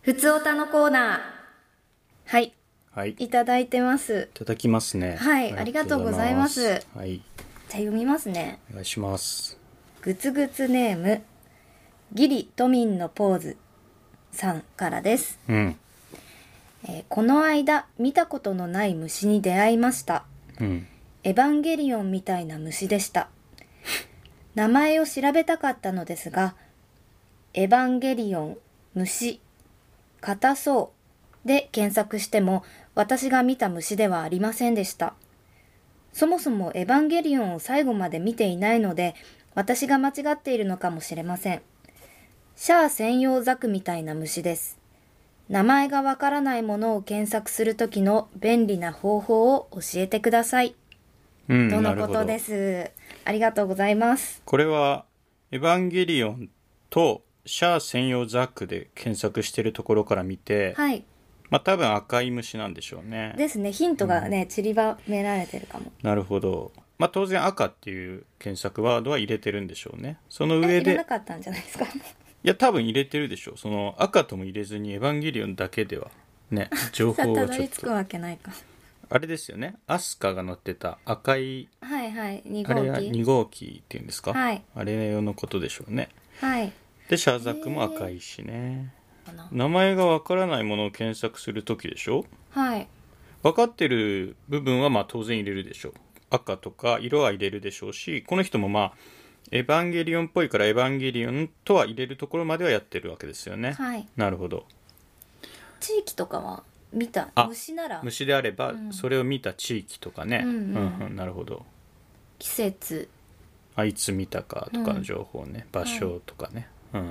ふつおたのコーナー。はい、 はい、いいただいてます。 ただきますね。 はい、ありがとうございます。 はい、 じゃあ読みますね。 お願いします。 ぐつぐつネームギリ都民のポーズさんからです。 うん、 この間見たことのない虫に出会いました。 うん、 エヴァンゲリオンみたいな虫でした。名前を調べたかったのですが、エヴァンゲリオン虫硬そうで検索しても私が見た虫ではありませんでした。そもそもエヴァンゲリオンを最後まで見ていないので私が間違っているのかもしれません。シャア専用ザクみたいな虫です。名前がわからないものを検索するときの便利な方法を教えてください。 うん、 とのことです。ありがとうございます。 これはエヴァンゲリオンとシャア専用ザックで検索しているところから見て、 はい。 多分赤い虫なんでしょうね。 ですね。ヒントがね、散りばめられてるかも。 なるほど。当然赤っていう検索ワードは入れてるんでしょうね。その上入れでなかったんじゃないですか。 多分入れてるでしょう。その赤とも入れずにエヴァンゲリオンだけではね、情さあた報をちょっとどり着くわけないか。 あれですよね。アスカが乗ってた赤いはいはい。2 あれは号機。 2号機っていうんですか、 はいあれのことでしょうね。 はい。 でシャーザックも赤いしね。 かな。 名前がわからないものを検索するときでしょ。 はい。 分かってる部分は当然入れるでしょう。赤とか色は入れるでしょうし、この人もエヴァンゲリオンっぽいからエヴァンゲリオンとは入れるところまではやってるわけですよね。 はい。 なるほど。 地域とかは見た虫なら虫であれば、 うんそれを見た地域とかね、 うんなるほど。 季節。 いつ見たかとかの情報ね、場所とかね、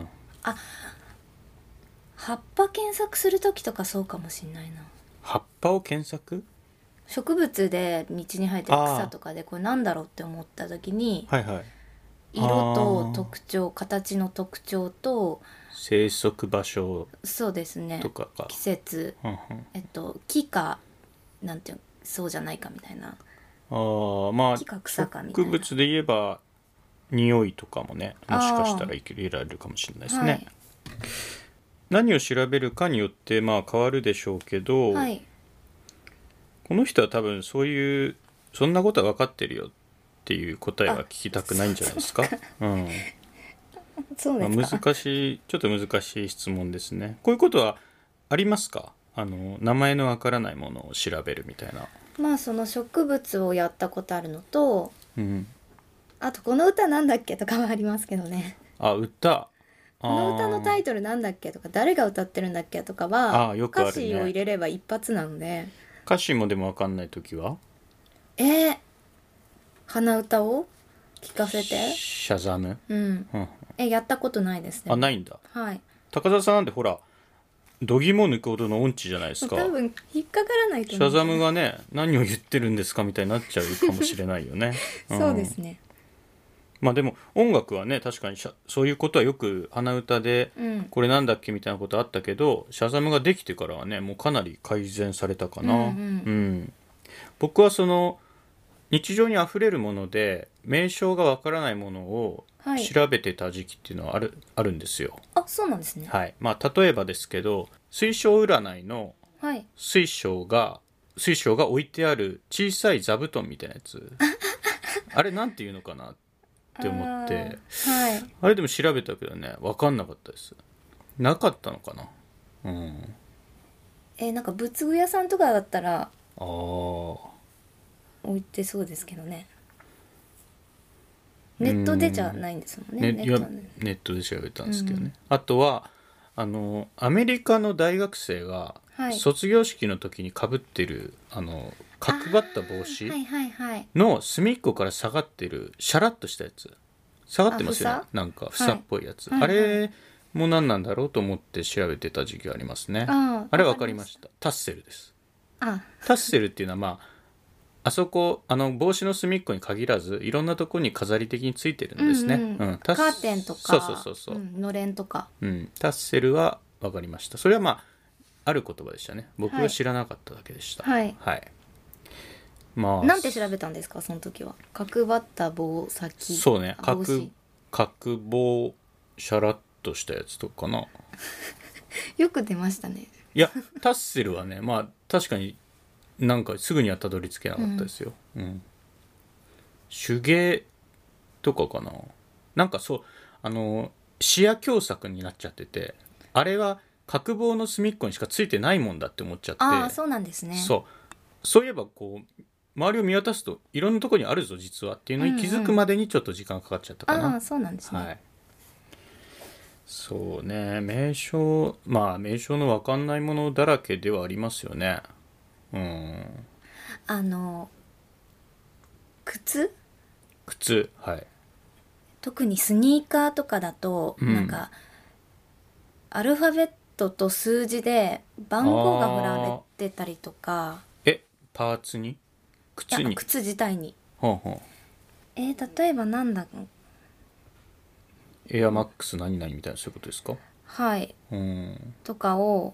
葉っぱ検索するときとかそうかもしんないな。 葉っぱを検索。 植物で道に生えてる草とかでこれなんだろうって思ったときに、 はいはい。 色と特徴、形の特徴と、 生息場所そうですね、 とかか。 季節、木かなんていうそうじゃないかみたいな。木か草かみたいな。 植物で言えば匂いとかもね、もしかしたら入れられるかもしれないですね、はい、何を調べるかによって変わるでしょうけど、 はい、 この人は多分そんなことは分かってるよっていう答えは聞きたくないんじゃないですか。 そうですか。 ちょっと難しい質問ですね。こういうことはありますか？名前のわからないものを調べるみたいな。 その植物をやったことあるのと、 うん、 あとこの歌なんだっけとかはありますけどね。 歌。 この歌のタイトルなんだっけとか誰が歌ってるんだっけとかは、 よくあるね、 歌詞を入れれば一発なので。 歌詞もでもわかんないときは鼻歌を聞かせて。 シャザム、 やったことないですね。 ないんだ。 はい。 高田さんなんてほら度肝抜くほどの音痴じゃないですか。 多分引っかからないと思う。 シャザムがね何を言ってるんですかみたいになっちゃうかもしれないよね。 そうですね。 でも音楽はね確かにそういうことはよく鼻歌で、これなんだっけみたいなことあったけど、シャザムができてからはねもうかなり改善されたかな。僕はその日常にあふれるもので名称がわからないものを調べてた時期っていうのはあるんですよ。 そうなんですね。 はい。例えばですけど水晶占いの水晶が置いてある小さい座布団みたいなやつあれなんていうのかなって思って、あれでも調べたけどね分かんなかったです。なかったのかな。 なんか仏具屋さんとかだったら置いてそうですけどね。ネットでじゃないんですもんね。 ネットで調べたんですけどね、あとはアメリカの大学生が卒業式の時にかぶってる角張った帽子の隅っこから下がってるシャラッとしたやつ、下がってますよね。なんか房っぽいやつ、あれも何なんだろうと思って調べてた時期がありますね。あれ分かりました。タッセルです。タッセルっていうのはあそこ帽子の隅っこに限らずいろんなところに飾り的についてるんですね。 カーテンとかそうのれんとか、 タッセルは分かりました。それはある言葉でしたね。僕は知らなかっただけでした。 はい、なんて調べたんですかその時は。角張った棒先。 そうね、角棒シャラッとしたやつとかなよく出ましたね。 いやタッセルはねまあ確かになんかすぐにはたどり着けなかったですよ、手芸とかかな。なんかそう視野狭窄になっちゃってて、あれは角棒の隅っこにしかついてないもんだって思っちゃって。 ああそうなんですね。 そういえばこう周りを見渡すといろんなところにあるぞ実はっていうのに気づくまでにちょっと時間かかっちゃったかな。 ああそうなんですね、 はい、そうね、名称名称の分かんないものだらけではありますよね。靴、はい。 特にスニーカーとかだと、なんかアルファベットと数字で番号が振られてたりとか。 パーツに靴に靴自体に。 例えばなんだエアマックス何々みたいなそういうことですか。 はい、とかを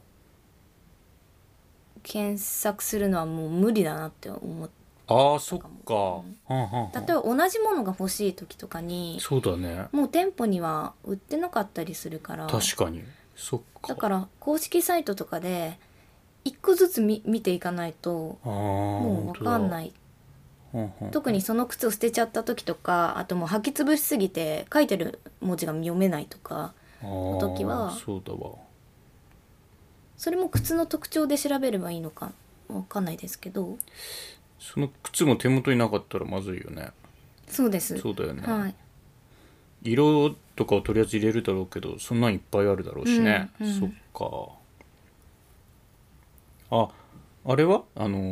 検索するのはもう無理だなって思って。 そっか、 例えば同じものが欲しい時とかにそうだね、 もう店舗には売ってなかったりするから。 確かにそっか。 だから公式サイトとかで一個ずつ見ていかないともう分かんない。特にその靴を捨てちゃった時とか、あともう履き潰しすぎて書いてる文字が読めないとかの時は、 そうだわ。 それも靴の特徴で調べればいいのか分かんないですけど、 その靴も手元になかったらまずいよね。 そうです。 そうだよね、 はい、 色とかをとりあえず入れるだろうけどそんなんいっぱいあるだろうしね、そっか。あれは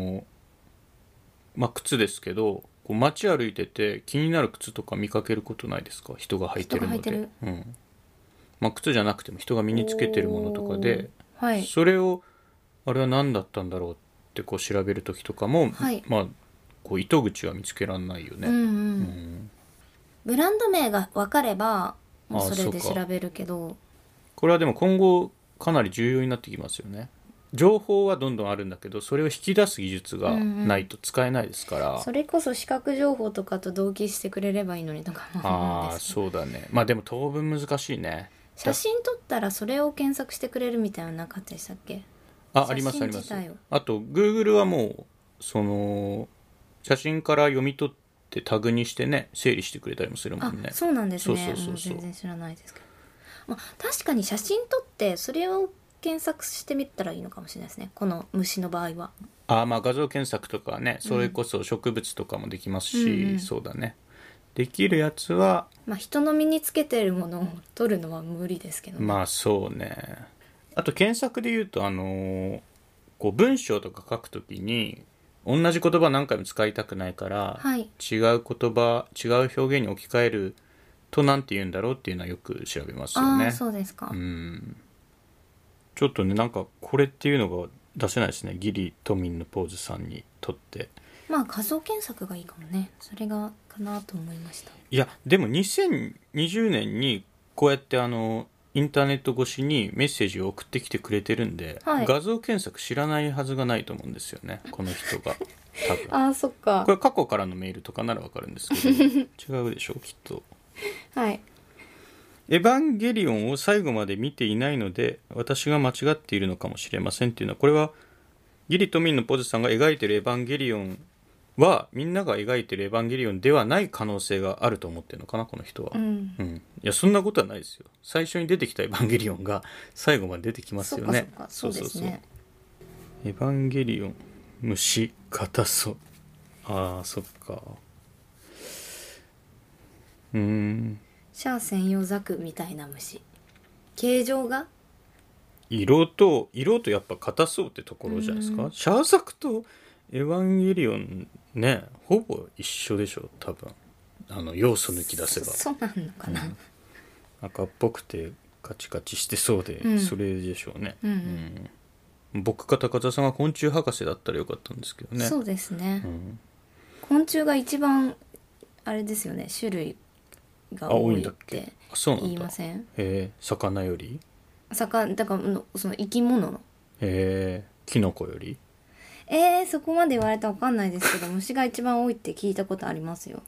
靴ですけど、こう街歩いてて気になる靴とか見かけることないですか？人が履いてるので。靴じゃなくても人が身につけてるものとかで、 はい、 それをあれは何だったんだろうってこう調べる時とかも、 はい、 こう糸口は見つけらんないよね。 ブランド名が分かればもうそれで調べるけど、 これはでも今後かなり重要になってきますよね。情報はどんどんあるんだけどそれを引き出す技術がないと使えないですから、 それこそ視覚情報とかと同期してくれればいいのにとか思うんですけど。 そうだね。でも当分難しいね。 写真撮ったらそれを検索してくれるみたいなのなかったでしたっけ？ ありますあります。あと Google はもうその写真から読み取ってタグにしてね整理してくれたりもするもんね。 そうなんですね。全然知らないですけど、確かに写真撮ってそれを検索してみたらいいのかもしれないですね、この虫の場合は。 画像検索とかね、それこそ植物とかもできますし、そうだね、できるやつは人の身につけてるものを撮るのは無理ですけどね。 そうね。あと検索で言うとこう文章とか書くときに同じ言葉何回も使いたくないから、違う言葉違う表現に置き換えるとなんて言うんだろうっていうのはよく調べますよね。 そうですか。 ちょっとねなんかこれっていうのが出せないですね、ギリ都民のポーズさんにとって。 画像検索がいいかもね、それがかなと思いました。 いやでも2020年にこうやってインターネット越しにメッセージを送ってきてくれてるんで、画像検索知らないはずがないと思うんですよね、この人が多分。 そっか。 これ過去からのメールとかならわかるんですけど違うでしょきっと。 はい。 エヴァンゲリオンを最後まで見ていないので私が間違っているのかもしれませんっていうのは、これはギリ都民のポズさんが描いてるエヴァンゲリオンはみんなが描いてるエヴァンゲリオンではない可能性があると思ってるのかなこの人は。いやそんなことはないですよ。最初に出てきたエヴァンゲリオンが最後まで出てきますよね。 そうですね。 エヴァンゲリオン虫硬そう。そっか。 シャア専用ザクみたいな虫、形状が色とやっぱ硬そうってところじゃないですか。シャアザクとエヴァンゲリオンねほぼ一緒でしょ多分、要素抜き出せば。 そうなのかな、 赤っぽくてカチカチしてそうで、それでしょうね。僕か高田さんが昆虫博士だったらよかったんですけどね。 そうですね、昆虫が一番あれですよね、種類が多いって言いません？ 魚より？ だからその生き物のキノコより？ そこまで言われたら分かんないですけど虫が一番多いって聞いたことありますよ。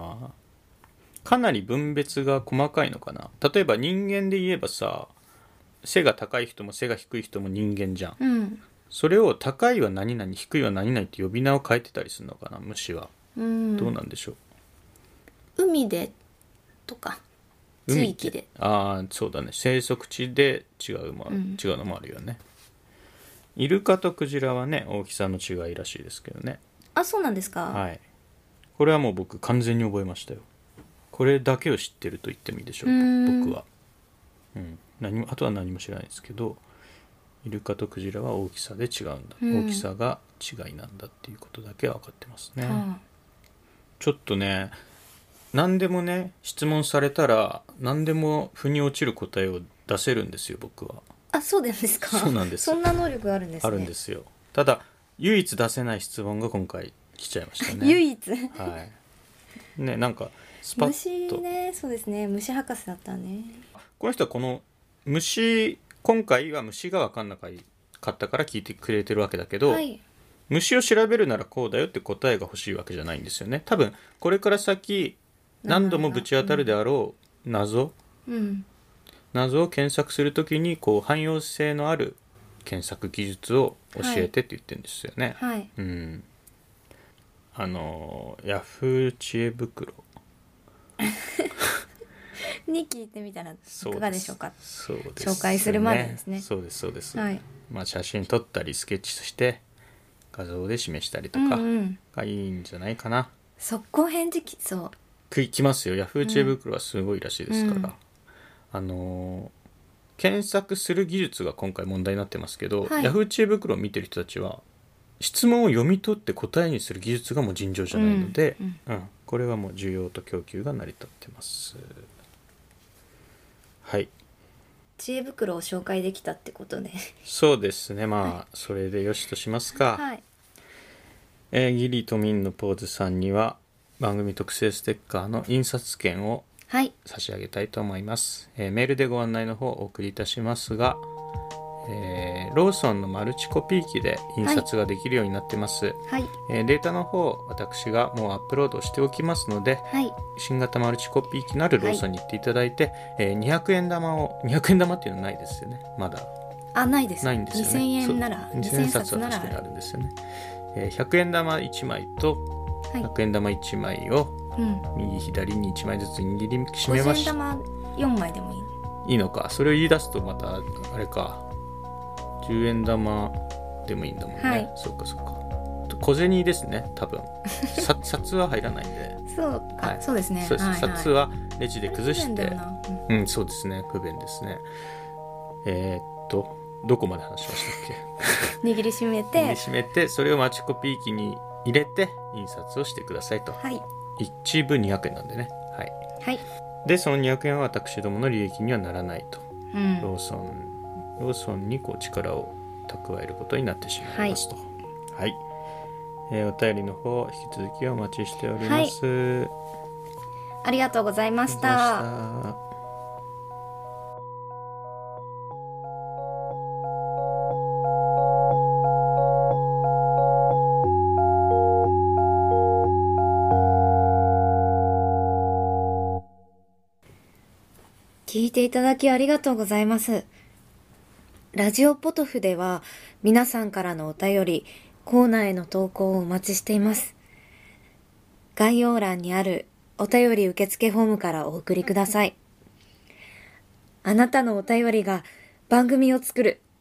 かなり分別が細かいのかな。例えば人間で言えばさ背が高い人も背が低い人も人間じゃん、 うん、 それを高いは何々低いは何々って呼び名を変えてたりするのかな、虫は、 うん、 どうなんでしょう。海でとか地域で、 ああそうだね、生息地で違うのもあるよね。イルカとクジラはね大きさの違いらしいですけどね。 あ、そうなんですか。 はい、これはもう僕完全に覚えましたよ。これだけを知ってると言ってもいいでしょうか、僕は。あとは何も知らないですけど、イルカとクジラは大きさで違うんだ、大きさが違いなんだっていうことだけは分かってますね、ちょっとね、何でもね質問されたら何でも腑に落ちる答えを出せるんですよ、僕は。 あ、そうなんですか。 そうなんです。 そんな能力があるんですね。 あるんですよ。ただ唯一出せない質問が今回来ちゃいましたね。 唯一はいね、なんかスパッと虫ね、そうですね、虫博士だったね。 この人はこの虫、今回は虫が分かんなかったから聞いてくれてるわけだけど、はい、虫を調べるならこうだよって答えが欲しいわけじゃないんですよね。多分これから先何度もぶち当たるであろう謎、謎を検索するときにこう汎用性のある検索技術を教えてって言ってるんですよね。 はい、 ヤフー知恵袋に聞いてみたらいかがでしょうか。 そうです、 紹介するまでですね。 そうですそうです、 はい、 写真撮ったりスケッチして画像で示したりとかがいいんじゃないかな。 速攻返事来ますよ。ヤフー知恵袋はすごいらしいですから、検索する技術が今回問題になってますけど、ヤフー知恵袋を見てる人たちは質問を読み取って答えにする技術がもう尋常じゃないので、これはもう需要と供給が成り立ってます。はい、 知恵袋を紹介できたってことでそうですね、それでよしとしますか。 はい、 ギリとミンのポーズさんには番組特製ステッカーの印刷券を差し上げたいと思います、メールでご案内の方をお送りいたしますが、ローソンのマルチコピー機で印刷ができるようになってます、データの方私がもうアップロードしておきますので、新型マルチコピー機のあるローソンに行っていただいて、200円玉っていうのはないですよね、まだ。 ないです。 ないんですよね。 2000円なら 2000円札は確かにあるんですよね。100円玉1枚と100円玉1枚を右左に1枚ずつ握りしめました。 50円玉4枚でもいいのか。それを言い出すとまたあれか、10円玉でもいいんだもんね、そうか小銭ですね多分札は入らないんでそうですね。 札はレジで崩してそうですね、不便ですね。どこまで話しましたっけ握りしめてそれをマルチコピー機に入れて印刷をしてくださいと。1部200円なんでね。でその200円は私どもの利益にはならないと、ローソンにこう力を蓄えることになってしまいますと。お便りの方引き続きお待ちしております。 ありがとうございました。聞いていただきありがとうございます。ラジオポトフでは皆さんからのお便り、コーナーへの投稿をお待ちしています。概要欄にあるお便り受付フォームからお送りください。あなたのお便りが番組を作る